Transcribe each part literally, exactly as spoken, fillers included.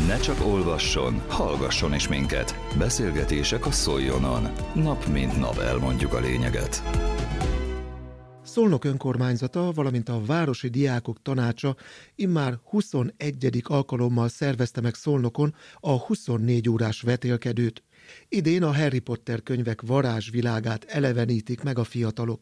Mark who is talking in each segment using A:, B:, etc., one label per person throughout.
A: Ne csak olvasson, hallgasson is minket. Beszélgetések a Szoljonon. Nap mint nap elmondjuk a lényeget.
B: Szolnok önkormányzata, valamint a Városi Diákok Tanácsa immár huszonegyedik alkalommal szervezte meg Szolnokon a huszonnégy órás vetélkedőt. Idén a Harry Potter könyvek varázsvilágát elevenítik meg a fiatalok.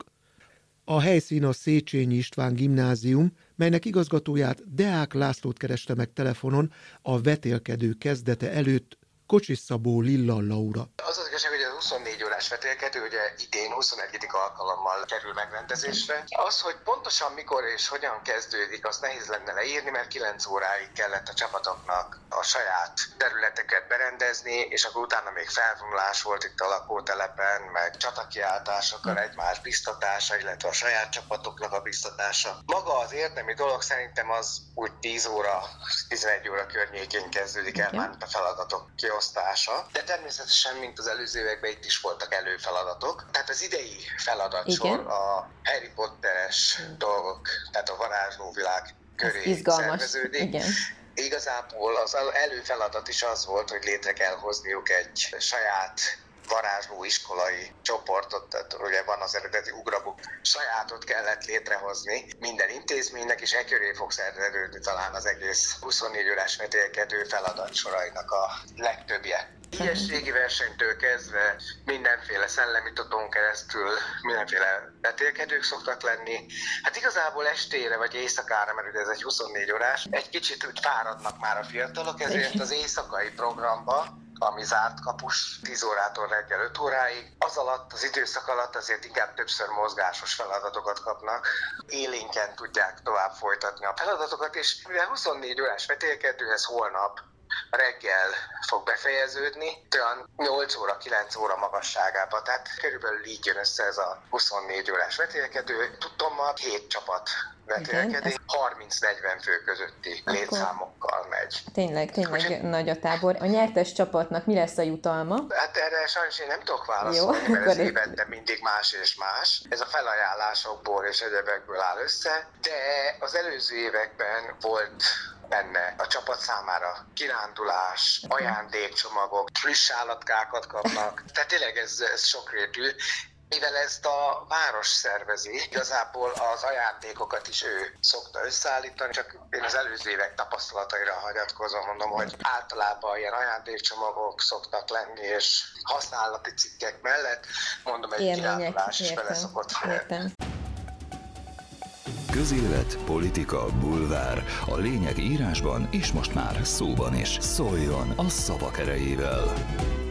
B: A helyszín a Széchenyi István Gimnázium, melynek igazgatóját, Deák Lászlót kereste meg telefonon a vetélkedő kezdete előtt Kocsis Szabó Lilla Laura.
C: Az az igazság, hogy a huszonnégy órás vetélkedő ugye idén huszonegyedik alkalommal kerül megrendezésre. Az, hogy pontosan mikor és hogyan kezdődik, azt nehéz lenne leírni, mert kilenc óráig kellett a csapatoknak a saját területeket berendezni, és akkor utána még felvonulás volt itt a lakótelepen, meg csatakiáltásokkal egymás biztatása, illetve a saját csapatoknak a biztatása. Maga az érdemi dolog szerintem az úgy tíz óra, tizenegy óra környékén kezdődik el, már a feladatok kiosztása. De természetesen, mint az előző években, itt is voltak előfeladatok. Tehát az idei feladatsor igen. A Harry Potteres dolgok, tehát a varázslóvilág köré szerveződik. Igen. Igazából az előfeladat is az volt, hogy létre kell hozniuk egy saját varázsló iskolai csoportot, tehát ugye van az eredeti ugrabuk, sajátot kellett létrehozni minden intézménynek, és e köré fog szerveződni talán az egész huszonnégy órás vetélkedő feladatsorainak a legtöbbje. Ilyességi versenytől kezdve mindenféle szellemi totón keresztül mindenféle vetélkedők szoktak lenni. Hát igazából estére vagy éjszakára, mert ugye ez egy huszonnégy órás, egy kicsit úgy fáradnak már a fiatalok, ezért az éjszakai programba, ami zárt kapus tíz órától reggel öt óráig. Az alatt, az időszak alatt azért inkább többször mozgásos feladatokat kapnak. Élénken tudják tovább folytatni a feladatokat, és mivel huszonnégy órás vetélkedőhez holnap reggel fog befejeződni, olyan nyolc óra, kilenc óra magasságában, tehát körülbelül így jön össze ez a huszonnégy órás vetélkedő. Tudtommal hét csapat vetélkedik, harminc-negyven fő közötti akkor létszámokkal megy.
D: Tényleg, tényleg én... nagy a tábor. A nyertes csapatnak mi lesz a jutalma?
C: Hát erre sajnos én nem tudok válaszolni, jó, mert ez évente mindig más és más. Ez a felajánlásokból és egyebekből áll össze, de az előző években volt benne a csapat számára kirándulás, ajándékcsomagok, friss állatkákat kapnak. Tehát tényleg ez, ez sokrétű. Mivel ezt a város szervezi, igazából az ajándékokat is ő szokta összeállítani, csak én az előző évek tapasztalataira hagyatkozom, mondom, hogy általában ilyen ajándékcsomagok szoktak lenni, és használati cikkek mellett, mondom, egy kirándulás is bele szokott férni.
A: Közélet, politika, bulvár. A lényeg írásban és most már szóban is. Szóljon a szavak erejével!